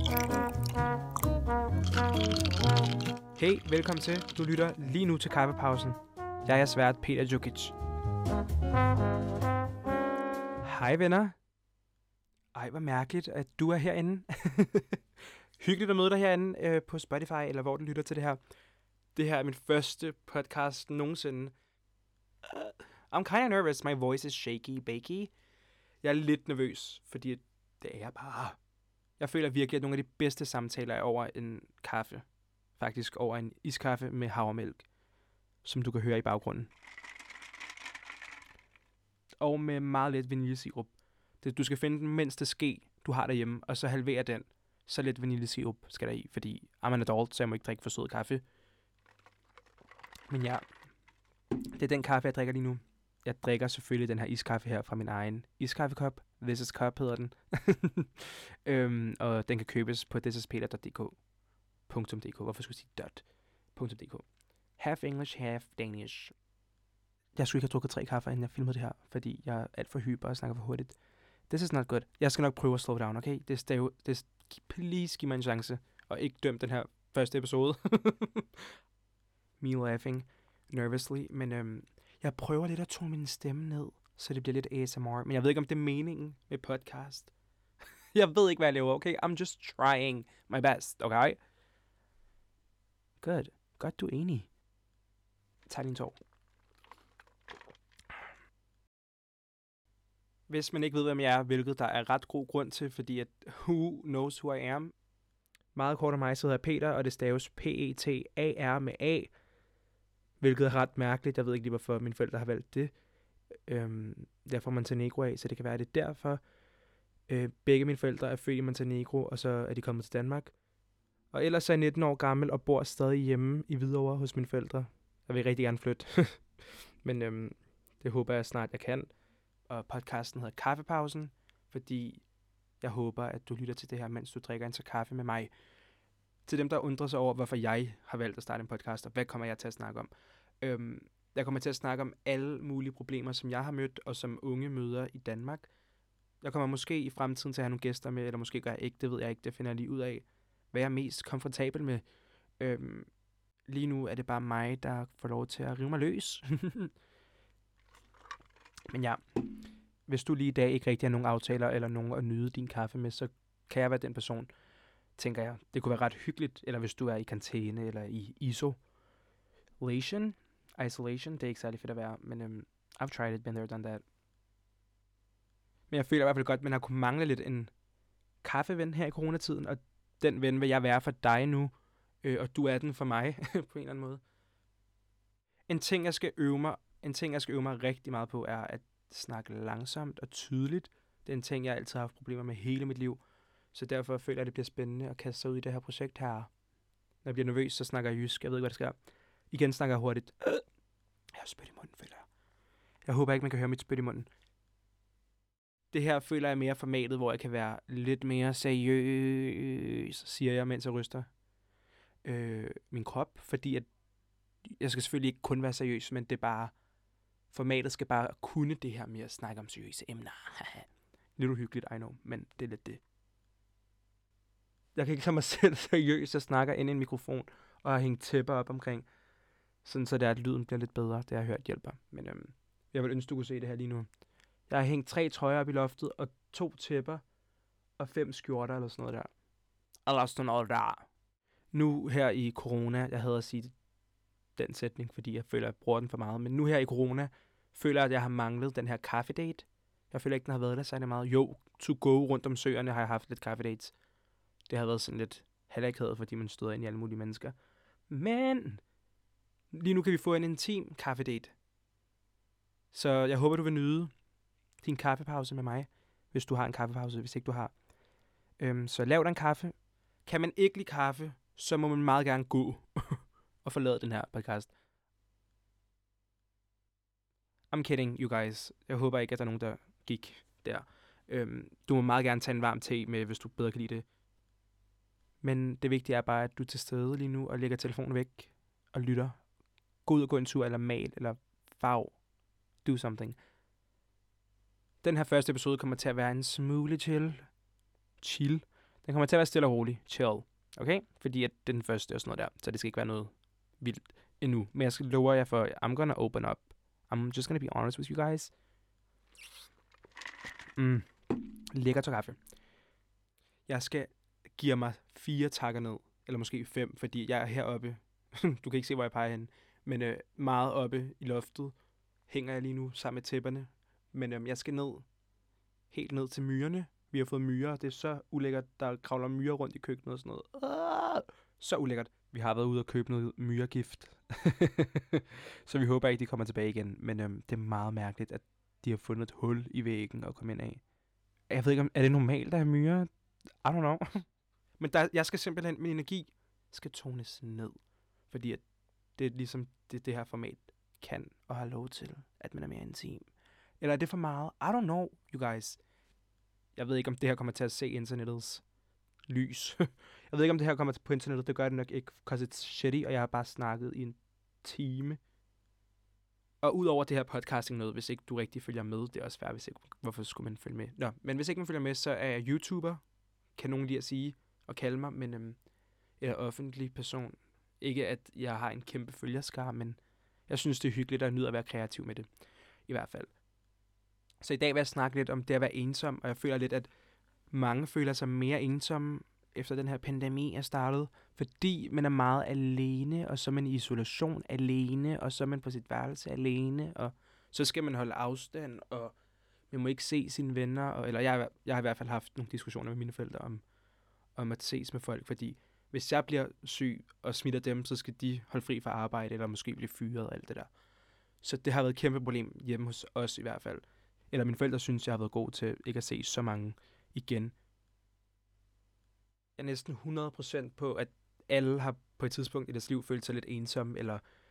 Hey, velkommen til. Du lytter lige nu til Kaffepausen. Jeg er svært Peter Djukic. Hej venner. Ej, hvor mærkeligt, at du er herinde. Hyggeligt at møde dig herinde på Spotify, eller hvor du lytter til det her. Det her er min første podcast nogensinde. I'm kind of nervous. My voice is shaky, bakey. Jeg er lidt nervøs, fordi det er jeg bare. Jeg føler virkelig, at nogle af de bedste samtaler er over en kaffe. Faktisk over en iskaffe med havremælk, som du kan høre i baggrunden. Og med meget lidt vaniljesirup. Du skal finde den mindste ske, du har derhjemme, og så halvere den. Så lidt vaniljesirup skal der i, fordi I'm an adult, så jeg må ikke drikke for sød kaffe. Men ja, det er den kaffe, jeg drikker lige nu. Jeg drikker selvfølgelig den her iskaffe her fra min egen iskaffekop. This is Cup hedder den. Og den kan købes på thisispeter.dk. Hvorfor skulle jeg sige .dk? Half English, half Danish. Jeg skulle ikke have drukket 3 kaffer, inden jeg filmede det her, fordi jeg er alt for hyper og snakker for hurtigt. This is not good. Jeg skal nok prøve at slow down, okay? Please giv mig en chance, og ikke døm den her første episode. Me laughing nervously, men jeg prøver lidt at tone min stemme ned, så det bliver lidt ASMR, men jeg ved ikke, om det er meningen med podcast. Jeg ved ikke, hvad jeg laver, okay? I'm just trying my best, okay? Good. Godt, du er enig. Tag din tår. Hvis man ikke ved, hvem jeg er, hvilket der er ret god grund til, fordi at who knows who I am. Meget kort af mig, så hedder Peter, og det staves P-E-T-A-R med A. Hvilket er ret mærkeligt. Jeg ved ikke lige, hvorfor mine forældre har valgt det. Derfor Montenegro af, så det kan være, det derfor. Begge mine forældre er født i Montenegro, og så er de kommet til Danmark. Og ellers er jeg 19 år gammel og bor stadig hjemme i Hvidovre hos mine forældre. Jeg vil rigtig gerne flytte. Men det håber jeg snart, jeg kan. Og podcasten hedder Kaffepausen, fordi jeg håber, at du lytter til det her, mens du drikker en så kaffe med mig. Til dem, der undrer sig over, hvorfor jeg har valgt at starte en podcast, og hvad kommer jeg til at snakke om? Jeg kommer til at snakke om alle mulige problemer, som jeg har mødt, og som unge møder i Danmark. Jeg kommer måske i fremtiden til at have nogle gæster med, eller måske gør jeg ikke, det ved jeg ikke, det finder jeg lige ud af. Hvad jeg er mest komfortabel med. Lige nu er det bare mig, der får lov til at rive mig løs. Men ja, hvis du lige i dag ikke rigtig har nogen aftaler, eller nogen at nyde din kaffe med, så kan jeg være den person, tænker jeg. Det kunne være ret hyggeligt, eller hvis du er i karantæne, eller i isolation, det er ikke særlig fedt at være, men I've tried it, been there, done that. Men jeg føler i hvert fald godt, at man har kunnet mangle lidt en kaffeven her i coronatiden, og den ven vil jeg være for dig nu, og du er den for mig, på en eller anden måde. En ting, jeg skal øve mig rigtig meget på, er at snakke langsomt og tydeligt. Det er en ting, jeg altid har haft problemer med hele mit liv. Så derfor føler jeg, at det bliver spændende at kaste sig ud i det her projekt her. Når jeg bliver nervøs, så snakker jeg jysk. Jeg ved ikke, hvad der sker. Igen snakker jeg hurtigt. Jeg har spyt i munden, føler jeg. Jeg håber ikke, man kan høre mit spyt i munden. Det her føler jeg mere formatet, hvor jeg kan være lidt mere seriøs, siger jeg, mens jeg ryster min krop. Fordi at jeg skal selvfølgelig ikke kun være seriøs, men det er bare... Formatet skal bare kunne det her med at snakke om seriøse emner. Lidt uhyggeligt, I know, men det er lidt det. Jeg kan ikke tage mig selv seriøst, jeg snakker ind i en mikrofon og har hængt tæpper op omkring, sådan så det er, at lyden bliver lidt bedre, det jeg har hørt hjælper. Men jeg vil ønske, du kunne se det her lige nu. Jeg har hængt 3 trøjer op i loftet, og 2 tæpper, og 5 skjorter eller sådan noget der. Eller sådan noget der. Nu her i corona, jeg havde at sige den sætning, fordi jeg føler, at jeg bruger den for meget. Men nu her i corona, føler jeg, at jeg har manglet den her kaffedate. Jeg føler ikke, den har været der særlig meget. Jo, to go rundt om søerne har jeg haft lidt kaffedates. Det har været sådan lidt halvakavet, fordi man støder ind i alle mulige mennesker. Men lige nu kan vi få en intim kaffedate. Så jeg håber, du vil nyde din kaffepause med mig, hvis du har en kaffepause, hvis ikke du har. Så lav dig en kaffe. Kan man ikke lide kaffe, så må man meget gerne gå og forlade den her podcast. I'm kidding, you guys. Jeg håber ikke, at der er nogen, der gik der. Du må meget gerne tage en varm te med, hvis du bedre kan lide det. Men det vigtige er bare, at du er til stede lige nu og lægger telefonen væk og lytter. Gå ud og gå en tur, eller mal, eller farv. Do something. Den her første episode kommer til at være en smule chill. Den Den kommer til at være stille og rolig. Chill. Okay? Fordi at det er den første og sådan noget der. Så det skal ikke være noget vildt endnu. Men jeg skal love jer for, I'm gonna open up. I'm just gonna be honest with you guys. Lækker til kaffe. Jeg skal give mig 4 takker ned. Eller måske 5, fordi jeg er heroppe. Du kan ikke se, hvor jeg peger hen. Men meget oppe i loftet hænger jeg lige nu sammen med tæpperne. Men jeg skal ned. Helt ned til myrerne. Vi har fået myrer. Det er så ulækkert. Der kravler myrer rundt i køkkenet og sådan noget. Så ulækkert. Vi har været ude og købe noget myregift. Så vi håber ikke, de kommer tilbage igen. Men det er meget mærkeligt, at de har fundet et hul i væggen og komme ind af. Jeg ved ikke, om er det normalt at have myrer? I don't know. Men jeg skal simpelthen, min energi skal tones ned. Fordi at det er ligesom det her format kan og har lov til, at man er mere intim. Eller er det for meget? I don't know, you guys. Jeg ved ikke, om det her kommer til at se internettets lys. Jeg ved ikke, om det her kommer på internettet. Det gør det nok ikke, because it's shitty, og jeg har bare snakket i en time. Og udover det her podcasting noget, hvis ikke du rigtig følger med, det er også fair, hvis ikke, hvorfor skulle man følge med? Nå, men hvis ikke man følger med, så er jeg YouTuber, kan nogen lige at sige og kalde mig, men eller offentlig person. Ikke at jeg har en kæmpe følgerskare, men jeg synes, det er hyggeligt og nyder at være kreativ med det. I hvert fald. Så i dag vil jeg snakke lidt om det at være ensom, og jeg føler lidt, at mange føler sig mere ensomme, efter den her pandemi er startet, fordi man er meget alene, og så er man i isolation alene, og så er man på sit værelse alene, og så skal man holde afstand, og man må ikke se sine venner, eller jeg har i hvert fald haft nogle diskussioner med mine forældre om at ses med folk, fordi hvis jeg bliver syg og smitter dem, så skal de holde fri fra arbejde, eller måske blive fyret og alt det der. Så det har været et kæmpe problem hjemme hos os i hvert fald. Eller mine forældre synes, jeg har været god til ikke at se så mange igen. Jeg er næsten 100% på, at alle har på et tidspunkt i deres liv følt sig lidt ensomme,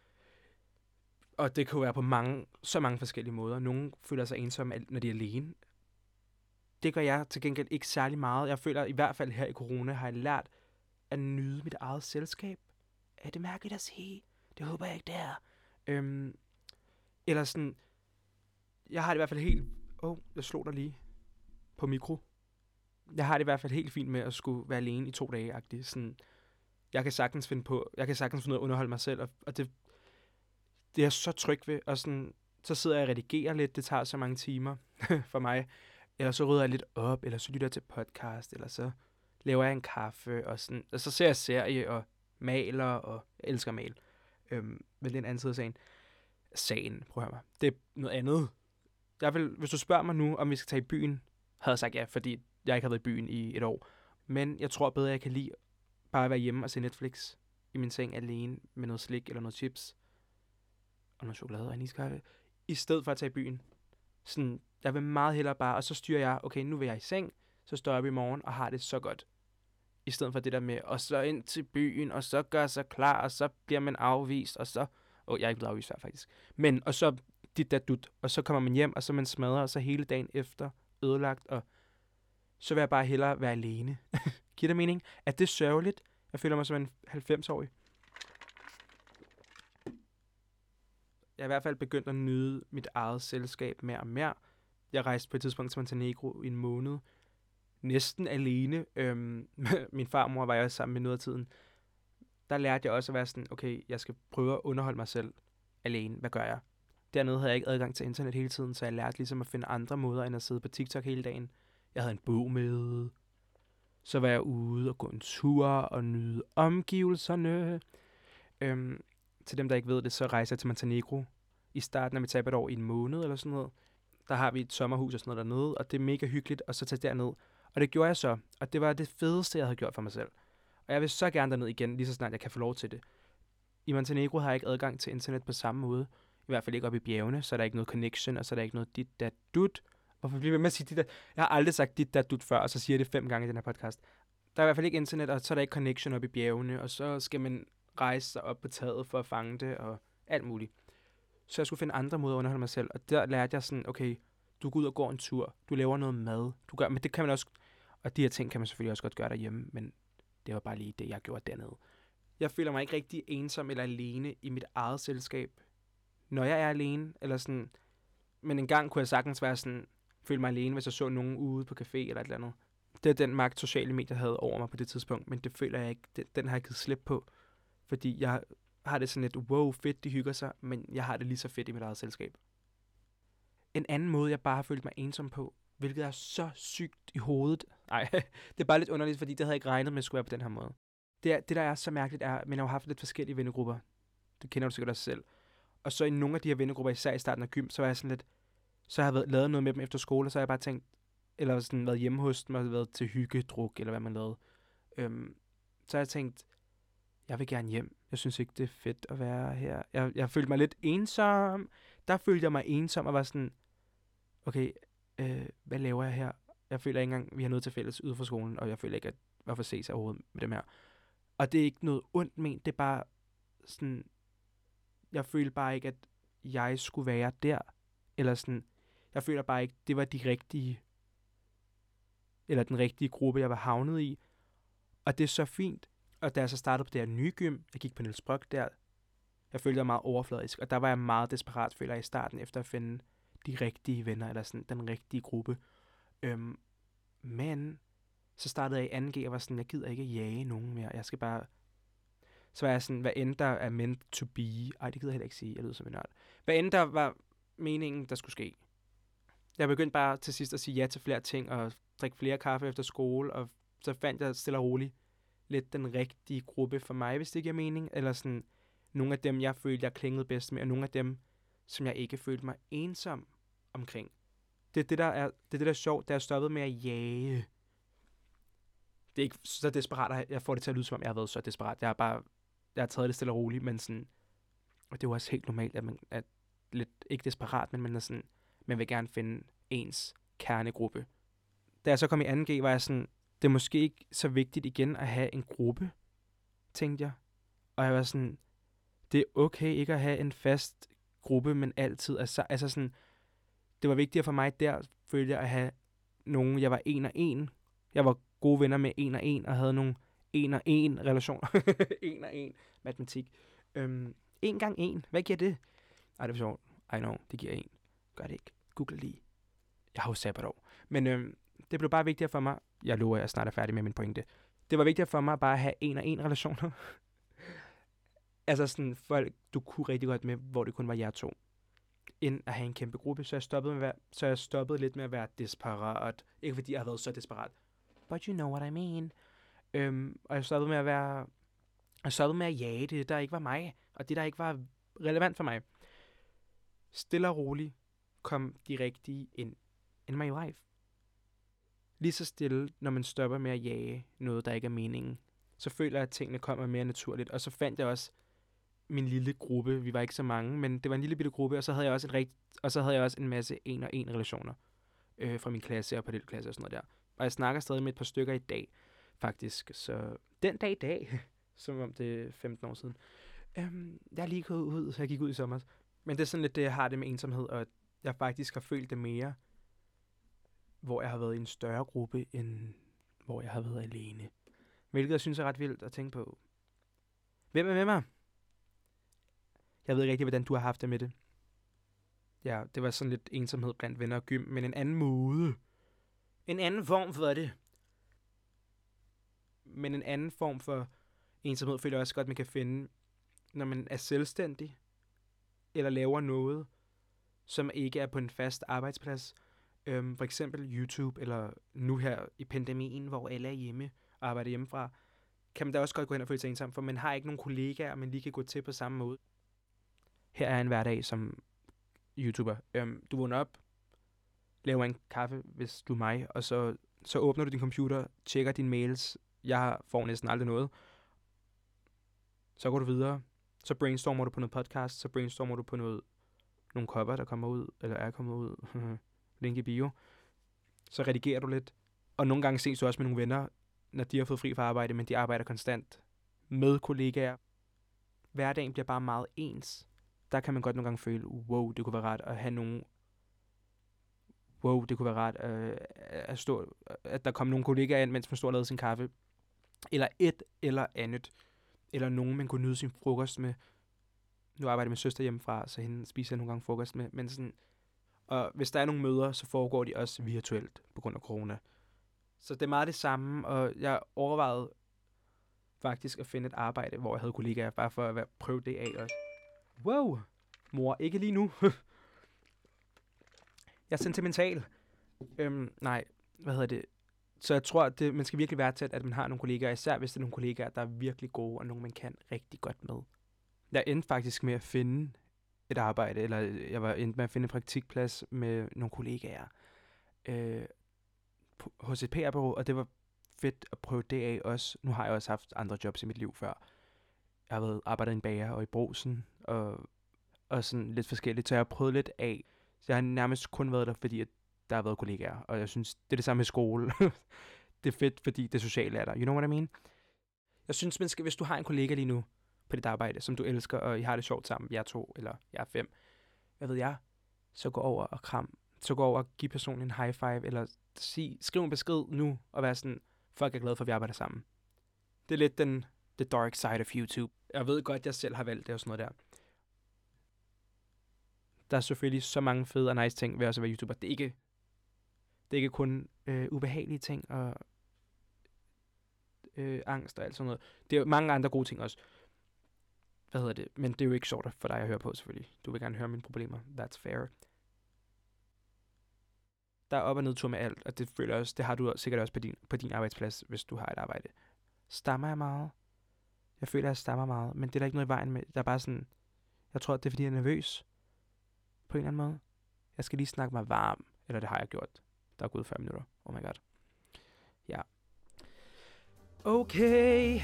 og det kan jo være på så mange forskellige måder. Nogle føler sig ensomme, når de er alene. Det gør jeg til gengæld ikke særlig meget. Jeg føler i hvert fald her i corona, har jeg lært at nyde mit eget selskab. Er det mærkeligt at sige? Det håber jeg ikke, det er. Eller sådan, jeg har det i hvert fald helt... jeg slog dig lige på mikro. Jeg har det i hvert fald helt fint med at skulle være alene i 2 dage-agtigt. Sådan, jeg kan sagtens finde ud af at underholde mig selv, og det er jeg så tryg ved. Og sådan, så sidder jeg og redigerer lidt, det tager så mange timer for mig. Eller så rydder jeg lidt op, eller så lytter jeg til podcast, eller så laver jeg en kaffe, og så ser jeg serie og maler, og jeg elsker at male. Men det er en anden side af sagen. Prøv at høre mig. Det er noget andet. Hvis du spørger mig nu, om vi skal tage i byen, havde jeg sagt ja, fordi jeg ikke har været i byen i et år. Men jeg tror bedre, jeg kan lide bare at være hjemme og se Netflix i min seng alene med noget slik eller noget chips og noget chokolade og en iskaffe, i stedet for at tage i byen. Sådan, jeg vil meget hellere bare, og så styrer jeg, okay, nu vil jeg i seng, så står jeg op i morgen og har det så godt. I stedet for det der med, og så ind til byen, og så gør sig klar, og så bliver man afvist, og så... jeg er ikke blevet afvist før, faktisk. Men, og så dit der dut, og så kommer man hjem, og så man smadrer, og så hele dagen efter ødelagt, og så vil jeg bare hellere være alene. Giver det mening? Er det sørgeligt? Jeg føler mig som en 90-årig. Jeg er i hvert fald begyndt at nyde mit eget selskab mere og mere. Jeg rejste på et tidspunkt til Montenegro i en måned. Næsten alene. Min farmor var jeg også sammen med noget af tiden. Der lærte jeg også at være sådan, okay, jeg skal prøve at underholde mig selv alene. Hvad gør jeg? Dernede havde jeg ikke adgang til internet hele tiden, så jeg lærte ligesom at finde andre måder, end at sidde på TikTok hele dagen. Jeg havde en bog med. Så var jeg ude og gå en tur og nyde omgivelserne. Til dem, der ikke ved det, så rejser jeg til Montenegro i starten af mit sabbatår i en måned eller sådan noget. Der har vi et sommerhus og sådan noget dernede, og det er mega hyggeligt at så tage derned. Og det gjorde jeg så, og det var det fedeste, jeg havde gjort for mig selv. Og jeg vil så gerne derned igen, lige så snart jeg kan få lov til det. I Montenegro har jeg ikke adgang til internet på samme måde. I hvert fald ikke oppe i bjergene, så er der ikke noget connection, og så er der ikke noget dit, dat, dut. Hvorfor bliver jeg ved med at sige dit, dat? Jeg har aldrig sagt dit, dat, dut før, og så siger jeg det 5 gange i den her podcast. Der er i hvert fald ikke internet, og så er der ikke connection oppe i bjergene, og så skal man rejse sig op på taget for at fange det, og alt muligt. Så jeg skulle finde andre måder at underholde mig selv, og der lærte jeg sådan, okay, du går ud og går en tur, du laver noget mad, men det kan man også, og de her ting kan man selvfølgelig også godt gøre derhjemme, men det var bare lige det, jeg gjorde dernede. Jeg føler mig ikke rigtig ensom eller alene i mit eget selskab, når jeg er alene, eller sådan, men en gang kunne jeg sagtens være sådan, føle mig alene, hvis jeg så nogen ude på café eller et eller andet. Det er den magt, sociale medier havde over mig på det tidspunkt, men det føler jeg ikke, den har jeg givet slip på. Fordi jeg har det sådan lidt, wow, fedt, de hygger sig, men jeg har det lige så fedt i mit eget selskab. En anden måde, jeg bare har følt mig ensom på, hvilket er så sygt i hovedet. Nej, det er bare lidt underligt, fordi det havde jeg ikke regnet med, at skulle være på den her måde. Det der er så mærkeligt, er, at man har jo haft lidt forskellige vennegrupper. Det kender du sikkert også selv. Og så i nogle af de her vennegrupper, især i starten af gym, så var jeg sådan lidt, så har jeg lavet noget med dem efter skole, og så har jeg bare tænkt, eller sådan været hjemme hos dem, og været til hyggedruk, eller hvad man lavede. Så har jeg tænkt, jeg vil gerne hjem. Jeg synes ikke, det er fedt at være her. Jeg følte mig lidt ensom. Der følte jeg mig ensom, og var sådan, okay, hvad laver jeg her? Jeg føler ikke engang, vi har noget til fælles ude fra skolen, og jeg føler ikke, at hvorfor ses overhovedet med dem her. Og det er ikke noget ondt ment, det er bare sådan, jeg føler bare ikke, at jeg skulle være der. Eller sådan, jeg føler bare ikke, det var de rigtige, eller den rigtige gruppe, jeg var havnet i. Og det er så fint. Og da jeg så startede på det her nye gym, jeg gik på Niels Brock der, jeg følte, jeg var meget overfladisk. Og der var jeg meget desperat, føler jeg, i starten, efter at finde de rigtige venner, eller sådan den rigtige gruppe. Men så startede jeg i 2G, og var sådan, jeg gider ikke jage nogen mere. Jeg skal bare... Så var jeg sådan, hvad end der er meant to be... Ej, det gider jeg heller ikke sige, jeg lyder som en nørd. Hvad end der var meningen, der skulle ske. Jeg begyndte bare til sidst at sige ja til flere ting, og drikke flere kaffe efter skole, og så fandt jeg stille og roligt lidt den rigtige gruppe for mig, hvis det giver mening. Eller sådan, nogle af dem, jeg følte, jeg klingede bedst med, og nogle af dem, som jeg ikke følte mig ensom omkring. Det er det, der er sjovt, da jeg stoppede med at jage. Det er ikke så desperat, at jeg får det til at lyde, som om jeg har været så desperat. Jeg har taget det stille og roligt, men sådan, og det er jo også helt normalt, at man er lidt, ikke desperat, men man er sådan, man vil gerne finde ens kernegruppe. Da jeg så kom i 2G, var jeg sådan, det er måske ikke så vigtigt igen at have en gruppe, tænkte jeg. Og jeg var sådan, det er okay ikke at have en fast gruppe, men altid, altså sådan, det var vigtigere for mig der, følte jeg, at have nogen, jeg var 1 og 1. Jeg var gode venner med 1 og 1, og havde nogle 1 og 1 relationer. 1 og 1 matematik. 1 gange 1, hvad giver det? Ej, det er sjovt. I know, det giver 1. Gør det ikke. Google lige. Jeg har jo sabbatår. Men det blev bare vigtigere for mig. Jeg lover, at jeg snart er færdig med min pointe. Det var vigtigere for mig at bare have 1 og 1 relationer. Altså sådan folk, du kunne rigtig godt med, hvor det kun var jer to. End at have en kæmpe gruppe. Så jeg stoppede lidt med at være desperat. Ikke fordi jeg har været så desperat. But you know what I mean. Og jeg stoppede med at være... Jeg stoppede med at jage det, der ikke var mig. Og det, der ikke var relevant for mig. Stille og roligt kom de rigtige ind in my life. Lige så stille, når man stopper med at jage noget, der ikke er meningen, så føler jeg, at tingene kommer mere naturligt. Og så fandt jeg også min lille gruppe. Vi var ikke så mange, men det var en lille bitte gruppe, og så havde jeg også en masse 1 og 1 relationer fra min klasse og parallelklasse og sådan noget der. Og jeg snakker stadig med et par stykker i dag, faktisk. Så den dag i dag, som om det er 15 år siden. Jeg er lige gået ud, så jeg gik ud i sommer. Men det er sådan lidt det, jeg har det med ensomhed, og jeg faktisk har følt det mere, hvor jeg har været i en større gruppe, end hvor jeg har været alene. Hvilket jeg synes er ret vildt at tænke på. Hvem er med mig? Jeg ved ikke rigtig, hvordan du har haft det med det. Ja, det var sådan lidt ensomhed blandt venner og gym, men en anden måde. En anden form for det. Men en anden form for ensomhed føler jeg også godt, man kan finde, når man er selvstændig, eller laver noget, som ikke er på en fast arbejdsplads. For eksempel YouTube, eller nu her i pandemien, hvor alle er hjemme og arbejder hjemmefra, kan man da også godt gå hen og føle sig ensom, for man har ikke nogen kollegaer, man lige kan gå til på samme måde. Her er en hverdag som YouTuber. Du vågner op, laver en kaffe, hvis du er mig, og så åbner du din computer, tjekker dine mails. Jeg får næsten aldrig noget. Så går du videre. Så brainstormer du på noget podcast, så brainstormer du på nogle cover, der kommer ud, eller er kommet ud. Link i bio. Så redigerer du lidt. Og nogle gange ses du også med nogle venner, når de har fået fri fra arbejde, men de arbejder konstant med kollegaer. Hverdagen bliver bare meget ens. Der kan man godt nogle gange føle, wow, det kunne være rart at have nogen. Wow, det kunne være rart at der kom nogle kollegaer ind, mens man står og lavede sin kaffe. Eller et eller andet. Eller nogen, man kunne nyde sin frokost med. Nu arbejder jeg med søster hjemmefra, så hende spiser jeg nogle gange frokost med. Men sådan, og hvis der er nogle møder, så foregår de også virtuelt på grund af corona. Så det er meget det samme, og jeg overvejede faktisk at finde et arbejde, hvor jeg havde kollegaer, bare for at prøve det af også. Wow, mor, ikke lige nu. Jeg er sentimental. Nej, hvad hedder det? Så jeg tror, at man skal virkelig værdsætte, at man har nogle kollegaer, især hvis det er nogle kollegaer, der er virkelig gode, og nogle, man kan rigtig godt med. Jeg endte faktisk med at finde et arbejde, eller jeg var endt med at finde en praktikplads med nogle kollegaer hos et PR-bureau, og det var fedt at prøve det af også. Nu har jeg også haft andre jobs i mit liv før. Jeg har arbejdet i en bager og i Brugsen, og sådan lidt forskelligt, så jeg har prøvet lidt af. Så jeg har nærmest kun været der, fordi at der har været kollegaer, og jeg synes, det er det samme med skole. Det er fedt, fordi det sociale er der. You know what I mean? Jeg synes, hvis du har en kollega lige nu på dit arbejde, som du elsker, og I har det sjovt sammen, jer 2 eller jer 5, hvad ved jeg, så gå over og kram. Så gå over og give personen en high five, eller skriv en besked nu, og være sådan, folk er glade for, at vi arbejder sammen. Det er lidt the dark side of YouTube. Jeg ved godt, at jeg selv har valgt det og sådan noget der. Der er selvfølgelig så mange fede og nice ting ved også at være YouTuber. Det er ikke kun ubehagelige ting og angst og alt sådan noget. Det er mange andre gode ting også. Hvad hedder det? Men det er jo ikke sjovt for dig at høre på, selvfølgelig. Du vil gerne høre mine problemer. That's fair. Der er op- og nedtur med alt, og det har du sikkert også på din arbejdsplads, hvis du har et arbejde. Stammer jeg meget? Jeg føler, at jeg stammer meget, men det er der ikke noget i vejen med. Der er bare sådan, jeg tror, det er, fordi jeg er nervøs. På en eller anden måde. Jeg skal lige snakke mig varm, eller det har jeg gjort. Der er gået 5 minutter. Oh my god. Ja. Okay.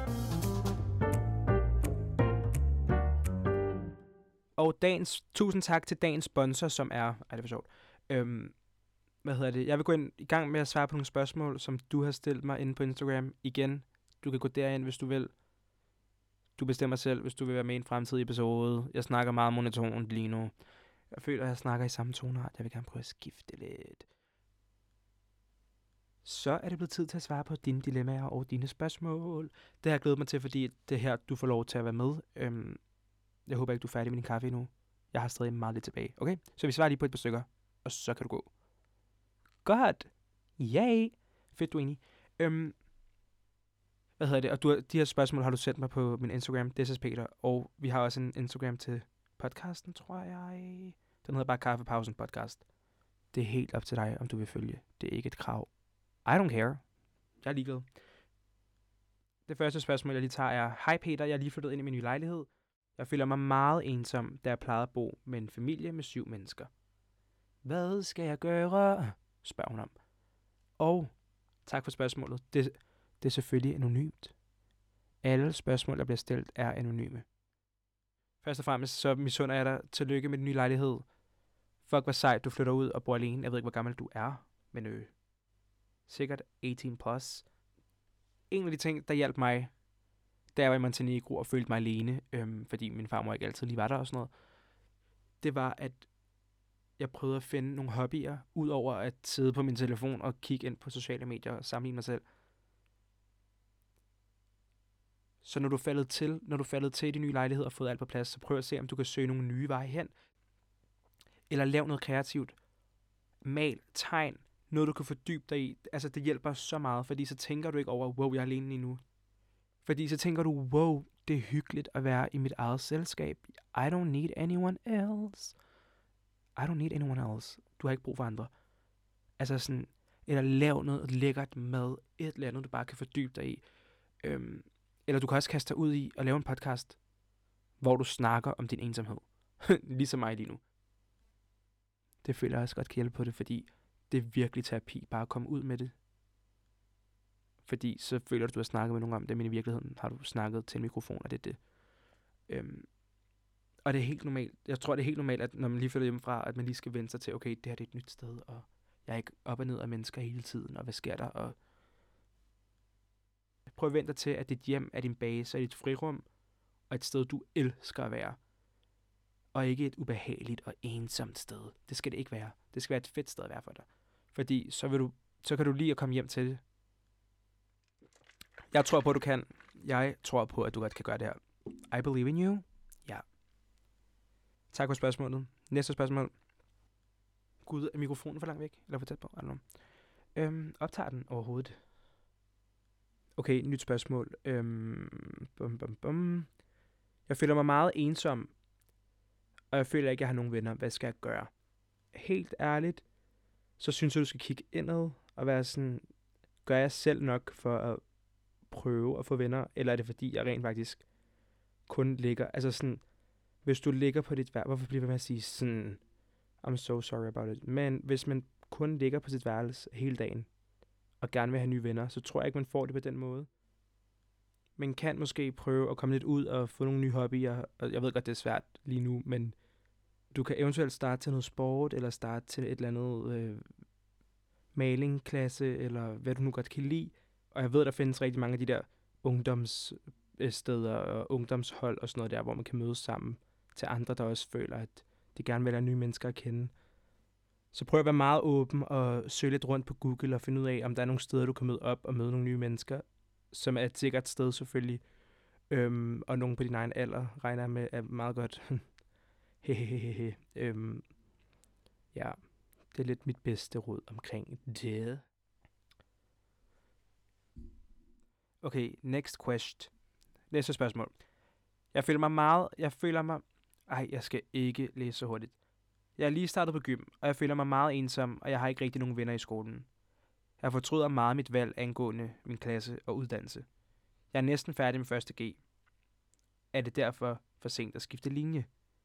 Og tusind tak til dagens sponsor, som er... Ej, det var sjovt. Hvad hedder det? Jeg vil gå i gang med at svare på nogle spørgsmål, som du har stillet mig inde på Instagram. Igen, du kan gå derind, hvis du vil. Du bestemmer selv, hvis du vil være med i en fremtidig episode. Jeg snakker meget monotont lige nu. Jeg føler, at jeg snakker i samme tonart. Jeg vil gerne prøve at skifte lidt. Så er det blevet tid til at svare på dine dilemmaer og dine spørgsmål. Det har jeg glædet mig til, fordi det her, du får lov til at være med. Jeg håber ikke, du er færdig med din kaffe endnu. Jeg har stadig meget lidt tilbage. Okay? Så vi svarer lige på et par stykker, og så kan du gå. Godt. Yay. Fedt, du er enig. Hvad hedder det? Og de her spørgsmål har du sendt mig på min Instagram, This is Peter. Og vi har også en Instagram til podcasten, tror jeg. Den hedder bare Kaffepausen Podcast. Det er helt op til dig, om du vil følge. Det er ikke et krav. I don't care. Jeg er ligeglad. Det første spørgsmål, jeg lige tager er: Hej Peter, jeg er lige flyttet ind i min nye lejlighed. Jeg føler mig meget ensom, da jeg plejede at bo med en familie med 7 mennesker. Hvad skal jeg gøre? Spørger hun om. Og tak for spørgsmålet. Det er selvfølgelig anonymt. Alle spørgsmål, der bliver stillet, er anonyme. Først og fremmest, så misunder jeg dig. Tillykke med den nye lejlighed. Fuck, hvor sejt, du flytter ud og bor alene. Jeg ved ikke, hvor gammel du er, men sikkert 18 plus. En af de ting, der hjalp mig, da jeg var i Montenegro og følte mig alene, fordi min farmor ikke altid lige var der og sådan noget, det var, at jeg prøvede at finde nogle hobbyer, ud over at sidde på min telefon og kigge ind på sociale medier og sammenligne mig selv. Så når du er faldet til i din nye lejlighed og fået alt på plads, så prøv at se, om du kan søge nogle nye veje hen. Eller lav noget kreativt. Mal, tegn, noget du kan fordybe dig i. Altså, det hjælper så meget, fordi så tænker du ikke over, wow, jeg er alene lige nu. Fordi så tænker du, wow, det er hyggeligt at være i mit eget selskab. I don't need anyone else. I don't need anyone else. Du har ikke brug for andre. Altså sådan, eller lav noget lækkert mad, et eller andet, du bare kan fordybe dig i. Eller du kan også kaste dig ud i at lave en podcast, hvor du snakker om din ensomhed. Ligesom mig lige nu. Det føler jeg også godt kan hjælpe på det, fordi det er virkelig terapi, bare at komme ud med det. Fordi så føler du har snakket med nogen om det, men i virkeligheden har du snakket til en mikrofon, og det er det. Og det er helt normalt. Jeg tror, det er helt normalt, at når man lige flytter hjemmefra, at man lige skal vende sig til, okay, det her det er et nyt sted, og jeg er ikke op og ned af mennesker hele tiden, og hvad sker der? Og prøv at vente dig til, at dit hjem er din base, og dit frirum, og et sted, du elsker at være. Og ikke et ubehageligt og ensomt sted. Det skal det ikke være. Det skal være et fedt sted at være for dig. Fordi så kan du lige at komme hjem til det. Jeg tror på, at du kan. Jeg tror på, at du godt kan gøre det her. I believe in you. Ja. Tak for spørgsmålet. Næste spørgsmål. Gud, er mikrofonen for langt væk? Eller for tæt på? I don't know. Optager den overhovedet? Okay, nyt spørgsmål. Bum, bum, bum. Jeg føler mig meget ensom, og jeg føler ikke, at jeg har nogen venner. Hvad skal jeg gøre? Helt ærligt, så synes jeg, du skal kigge indad og være sådan, gør jeg selv nok for at prøve at få venner, eller er det fordi, jeg rent faktisk kun ligger, altså sådan, hvis du ligger på dit værelse, hvorfor bliver jeg ved med at sige sådan, I'm so sorry about it, men hvis man kun ligger på sit værelse hele dagen, og gerne vil have nye venner, så tror jeg ikke, man får det på den måde. Man kan måske prøve at komme lidt ud og få nogle nye hobbyer, og jeg ved godt, det er svært lige nu, men du kan eventuelt starte til noget sport, eller starte til et eller andet malingklasse, eller hvad du nu godt kan lide. Og jeg ved, der findes rigtig mange af de der ungdomssteder og ungdomshold og sådan noget der, hvor man kan mødes sammen til andre, der også føler, at de gerne vil have nye mennesker at kende. Så prøv at være meget åben og søge lidt rundt på Google og finde ud af, om der er nogle steder, du kan møde op og møde nogle nye mennesker, som er et sikkert sted selvfølgelig. Og nogen på din egen alder regner jeg med er meget godt. Hehehehe. Ja, det er lidt mit bedste råd omkring det. Okay, next question. Næste spørgsmål. Jeg skal ikke læse så hurtigt. Jeg er lige startet på gym, og jeg føler mig meget ensom, og jeg har ikke rigtig nogen venner i skolen. Jeg fortryder meget mit valg angående min klasse og uddannelse. Jeg er næsten færdig med 1. G. Er det derfor for sent at skifte linje?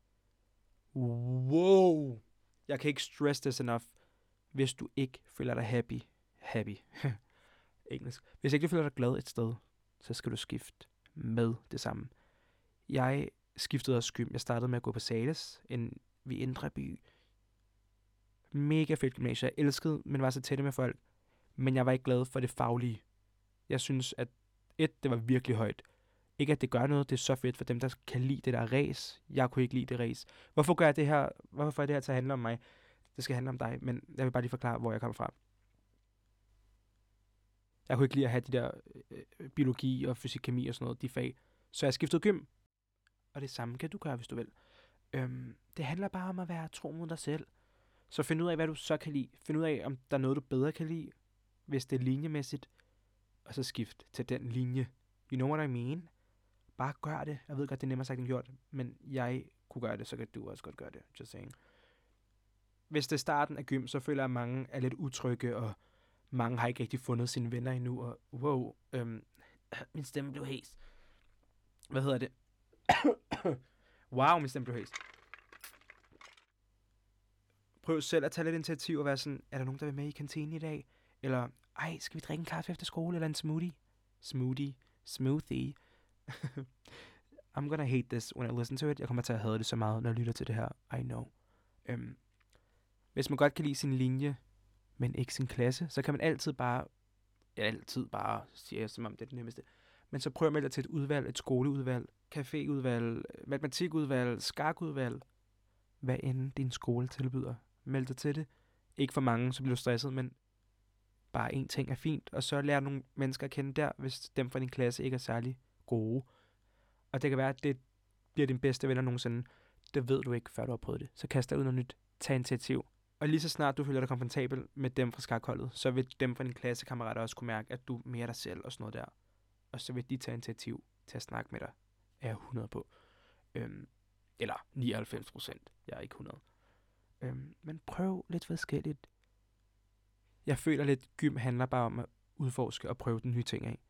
Wow! Jeg kan ikke stress this enough. Hvis du ikke føler dig happy, engelsk. Hvis ikke du føler dig glad et sted, så skal du skifte med det samme. Jeg skiftede også gym. Jeg startede med at gå på Sales ved Indre By. Mega fedt gymnasie. Jeg elskede, men var så tæt med folk. Men jeg var ikke glad for det faglige. Jeg synes, at det var virkelig højt. Ikke at det gør noget, det er så fedt for dem, der kan lide det der race. Jeg kunne ikke lide det race. Hvorfor gør jeg det her? Hvorfor får jeg det her til at handle om mig? Det skal handle om dig, men jeg vil bare lige forklare, hvor jeg kommer fra. Jeg kunne ikke lide at have de der biologi og fysik, kemi og sådan noget, de fag. Så jeg skiftede gym. Og det samme kan du gøre, hvis du vil. Det handler bare om at være tro mod dig selv. Så find ud af, hvad du så kan lide. Find ud af, om der er noget, du bedre kan lide, hvis det er linjemæssigt. Og så skift til den linje. You know what I mean? Bare gør det. Jeg ved godt, det er nemmere sagt end gjort. Men jeg kunne gøre det, så kan du også godt gøre det. Just saying. Hvis det er starten af gym, så føler jeg, at mange er lidt utrygge, og mange har ikke rigtig fundet sine venner endnu. Og wow, min stemme blev hæs. Hvad hedder det? Wow, min stemme blev hæs. Prøv selv at tage lidt initiativ og være sådan, er der nogen, der vil med i kantinen i dag? Eller, skal vi drikke en kaffe efter skole, eller en smoothie? I'm gonna hate this when I listen to it. Jeg kommer til at hade det så meget, når jeg lytter til det her. I know. Hvis man godt kan lide sin linje, men ikke sin klasse, så kan man altid bare, siger jeg, som om det er det nemmeste. Men så prøv at melde dig til et udvalg, et skoleudvalg, caféudvalg, matematikudvalg, skakudvalg. Hvad end din skole tilbyder. Meld dig til det. Ikke for mange, så bliver du stresset, men bare en ting er fint. Og så lær nogle mennesker at kende der, hvis dem fra din klasse ikke er særlig gode. Og det kan være, at det bliver din bedste venner nogensinde. Det ved du ikke, før du har prøvet det. Så kast dig ud noget nyt. Tag initiativ. Og lige så snart du føler dig komfortabel med dem fra skakholdet, så vil dem fra din klassekammerater også kunne mærke, at du er mere dig selv og sådan noget der. Og så vil de tage initiativ til at snakke med dig. Er jeg 100 på. Eller 99%. Jeg er ikke 100. Men prøv lidt forskelligt. Jeg føler lidt, gym handler bare om at udforske og prøve den nye ting af.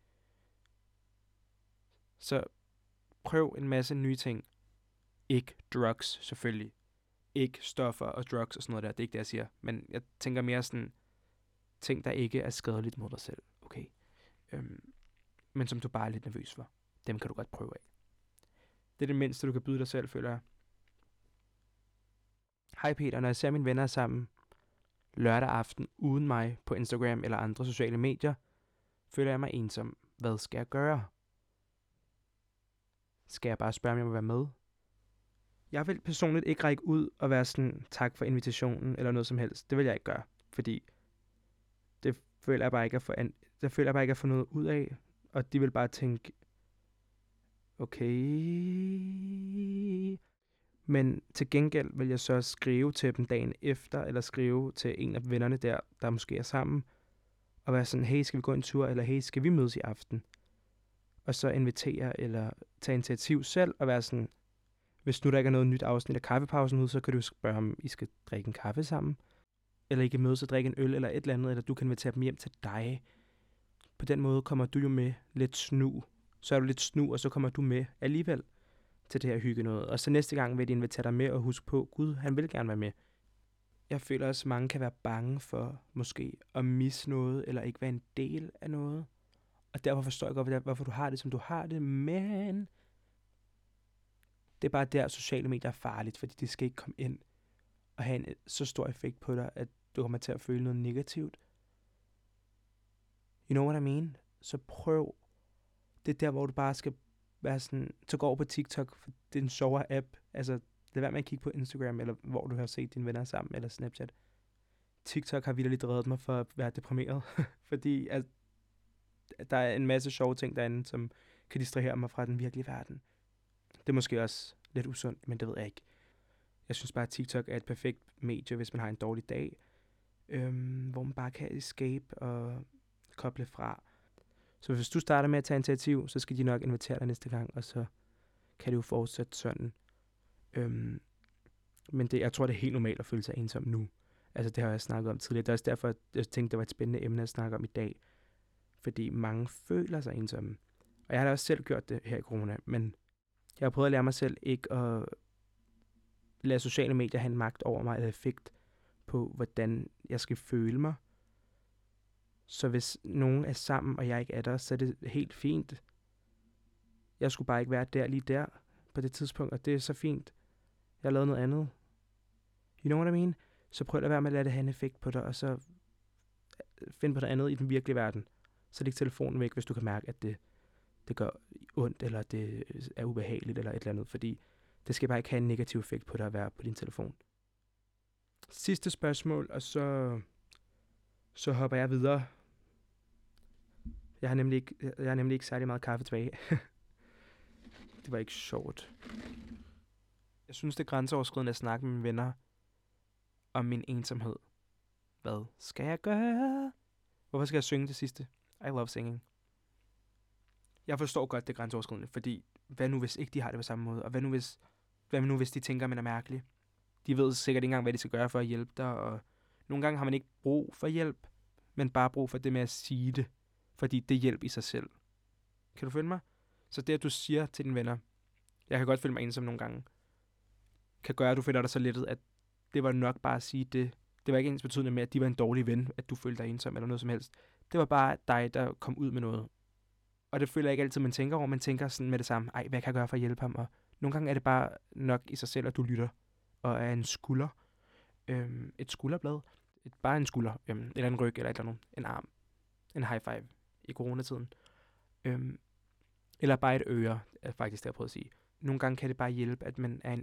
Så prøv en masse nye ting. Ikke drugs, selvfølgelig. Ikke stoffer og drugs og sådan noget der. Det er ikke det, jeg siger. Men jeg tænker mere sådan, ting, der ikke er skadeligt mod dig selv. Okay. Men som du bare er lidt nervøs for. Dem kan du godt prøve af. Det er det mindste, du kan byde dig selv, føler jeg. Hej Peter, når jeg ser mine venner sammen lørdag aften uden mig på Instagram eller andre sociale medier, føler jeg mig ensom. Hvad skal jeg gøre? Skal jeg bare spørge, om jeg må være med? Jeg vil personligt ikke række ud og være sådan, tak for invitationen eller noget som helst. Det vil jeg ikke gøre, fordi det føler jeg bare ikke at få noget ud af, og de vil bare tænke, okay. Men til gengæld vil jeg så skrive til dem dagen efter, eller skrive til en af vennerne der måske er sammen, Og være sådan, hey, skal vi gå en tur, eller hey, skal vi mødes i aften? Og så invitere, eller tage initiativ selv, og være sådan, hvis nu der ikke er noget nyt afsnit af kaffepausen ud, så kan du spørge, om I skal drikke en kaffe sammen. Eller I kan mødes og drikke en øl, eller et eller andet, eller du kan invitere dem hjem til dig. På den måde kommer du jo med lidt snu. Så er du lidt snu, og så kommer du med alligevel til det her hygge noget. Og så næste gang vil de invitere dig med, og huske på, Gud, han vil gerne være med. Jeg føler også, at mange kan være bange for måske at misse noget, eller ikke være en del af noget. Og derfor forstår jeg godt, hvorfor du har det, som du har det, men det er bare der, sociale medier er farligt, fordi det skal ikke komme ind og have en så stor effekt på dig, at du kommer til at føle noget negativt. You know what I mean? Så prøv. Det er der, hvor du bare skal være sådan, så gå over på TikTok, for det er en sjovere app. Altså, lad være med at kigge på Instagram, eller hvor du har set dine venner sammen, eller Snapchat. TikTok har vitterligt reddet mig for at være deprimeret, fordi at der er en masse sjove ting derinde, som kan distrahere mig fra den virkelige verden. Det er måske også lidt usundt, men det ved jeg ikke. Jeg synes bare, at TikTok er et perfekt medie, hvis man har en dårlig dag, hvor man bare kan escape og koble fra. Så hvis du starter med at tage initiativ, så skal de nok invitere dig næste gang, og så kan det jo fortsætte sådan. Men jeg tror, det er helt normalt at føle sig ensom nu. Altså, det har jeg snakket om tidligere. Det er også derfor, at jeg tænkte, det var et spændende emne at snakke om i dag. Fordi mange føler sig ensomme. Og jeg har da også selv gjort det her i corona, men jeg har prøvet at lære mig selv ikke at lade sociale medier have en magt over mig, eller effekt på, hvordan jeg skal føle mig. Så hvis nogen er sammen, og jeg ikke er der, så er det helt fint. Jeg skulle bare ikke være der lige der på det tidspunkt, og det er så fint. Jeg har lavet noget andet. You know what I mean? Så prøv at være med at lade det have en effekt på dig, og så find på noget andet i den virkelige verden. Så læg telefonen væk, hvis du kan mærke, at det gør ondt, eller det er ubehageligt, eller et eller andet, fordi det skal bare ikke have en negativ effekt på dig at være på din telefon. Sidste spørgsmål, og så hopper jeg videre. Jeg har nemlig ikke særlig meget kaffe tilbage. Det var ikke sjovt. Jeg synes, det er grænseoverskridende at snakke med mine venner om min ensomhed. Hvad skal jeg gøre? Hvorfor skal jeg synge det sidste? I love singing. Jeg forstår godt, det er grænseoverskridende, fordi hvad nu, hvis ikke de har det på samme måde? Og hvad nu, hvis de tænker, at man er mærkelig? De ved sikkert ikke engang, hvad de skal gøre for at hjælpe dig, og nogle gange har man ikke brug for hjælp, men bare brug for det med at sige det, fordi det hjælper i sig selv. Kan du følge mig? Så det, at du siger til dine venner, jeg kan godt føle mig ensom nogle gange, kan gøre, at du føler dig så lettet, at det var nok bare at sige det. Det var ikke ens betydende med, at de var en dårlig ven, at du følte dig ensom eller noget som helst. Det var bare dig, der kom ud med noget. Og det føler jeg ikke altid, man tænker over. Man tænker sådan med det samme, ej, hvad kan jeg gøre for at hjælpe ham? Og nogle gange er det bare nok i sig selv, at du lytter. Og er en skulder. Et skulderblad. Bare en skulder. Eller en ryg, eller et eller andet. En arm. En high five i coronatiden. Eller bare et øre, er faktisk det, jeg prøvede at sige. Nogle gange kan det bare hjælpe, at man er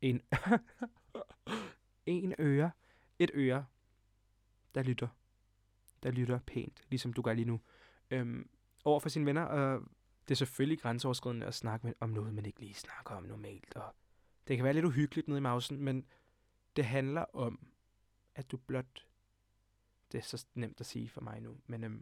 en øre. Et øre, der lytter pænt, ligesom du gør lige nu. Over for sine venner, og det er selvfølgelig grænseoverskridende at snakke om noget, man ikke lige snakker om normalt. Og det kan være lidt uhyggeligt nede i mausen, men det handler om, at du blot... Det er så nemt at sige for mig nu, men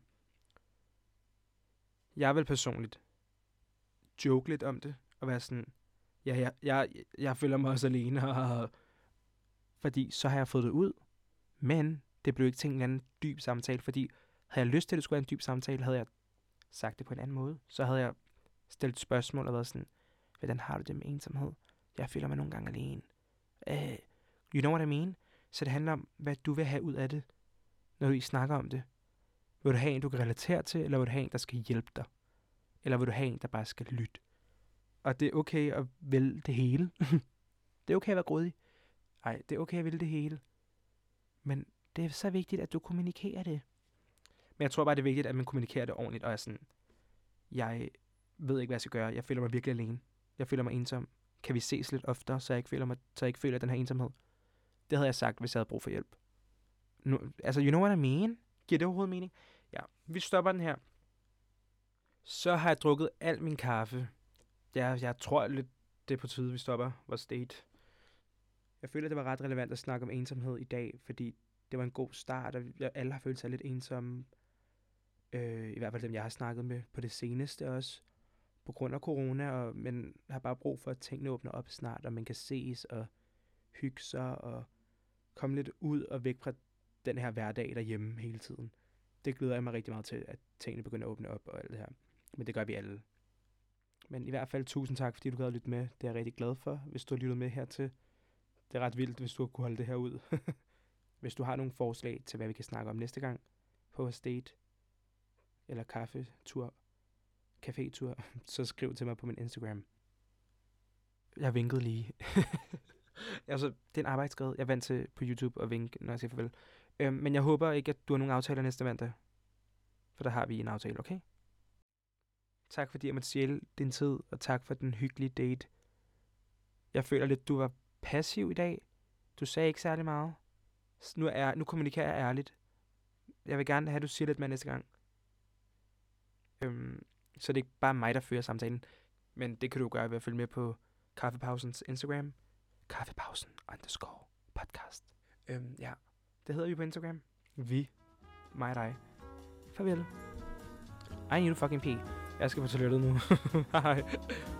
jeg vil personligt joke lidt om det, og være sådan, jeg føler mig også alene, og fordi så har jeg fået det ud, men det blev ikke til en eller anden dyb samtale, fordi havde jeg lyst til, at det skulle være en dyb samtale, havde jeg sagt det på en anden måde. Så havde jeg stillet spørgsmål og været sådan, hvordan har du det med ensomhed? Jeg føler mig nogle gange alene. You know what I mean? Så det handler om, hvad du vil have ud af det, når I snakker om det. Vil du have en, du kan relatere til, eller vil du have en, der skal hjælpe dig? Eller vil du have en, der bare skal lytte? Og det er okay at vælge det hele. Det er okay at være grådig. Nej, det er okay at vælge det hele. Men det er så vigtigt, at du kommunikerer det. Men jeg tror bare, det er vigtigt, at man kommunikerer det ordentligt, og er sådan, jeg ved ikke, hvad jeg skal gøre. Jeg føler mig virkelig alene. Jeg føler mig ensom. Kan vi ses lidt oftere, så jeg ikke føler den her ensomhed? Det havde jeg sagt, hvis jeg havde brug for hjælp. Nu, altså, you know what I mean? Giver det overhovedet mening? Ja, vi stopper den her. Så har jeg drukket al min kaffe. Jeg tror lidt, det er på tide, vi stopper vores date. Jeg føler, det var ret relevant at snakke om ensomhed i dag, fordi det var en god start, og alle har følt sig lidt ensomme. I hvert fald dem, jeg har snakket med på det seneste også. På grund af corona, men har bare brug for, at tingene åbner op snart, og man kan ses og hygge sig og komme lidt ud og væk fra den her hverdag derhjemme hele tiden. Det glæder jeg mig rigtig meget til, at tingene begynder at åbne op og alt det her. Men det gør vi alle. Men i hvert fald tusind tak, fordi du gad at lytte med. Det er jeg rigtig glad for, hvis du har lyttet med hertil. Det er ret vildt, hvis du kunne holde det her ud. Hvis du har nogle forslag til, hvad vi kan snakke om næste gang på date eller kaffetur, cafétur, så skriv til mig på min Instagram. Jeg vinkede lige. Altså, det er en arbejdsskade. Jeg er vant til på YouTube at vinke, når jeg siger farvel. Men jeg håber ikke, at du har nogle aftaler næste mandag. For der har vi en aftale, okay? Tak fordi jeg måtte stjæle din tid, og tak for den hyggelige date. Jeg føler lidt, du var passiv i dag. Du sagde ikke særlig meget. Nu kommunikerer jeg ærligt. Jeg vil gerne have, at du siger lidt mere næste gang. Så det er ikke bare mig, der fører samtalen. Men det kan du gøre ved at følge med på Kaffepausens Instagram. Kaffepausen_podcast. Ja, det hedder vi på Instagram. Vi. Mig og dig. Farvel. I need to fucking pee. Jeg skal på toilettet nu. Hej.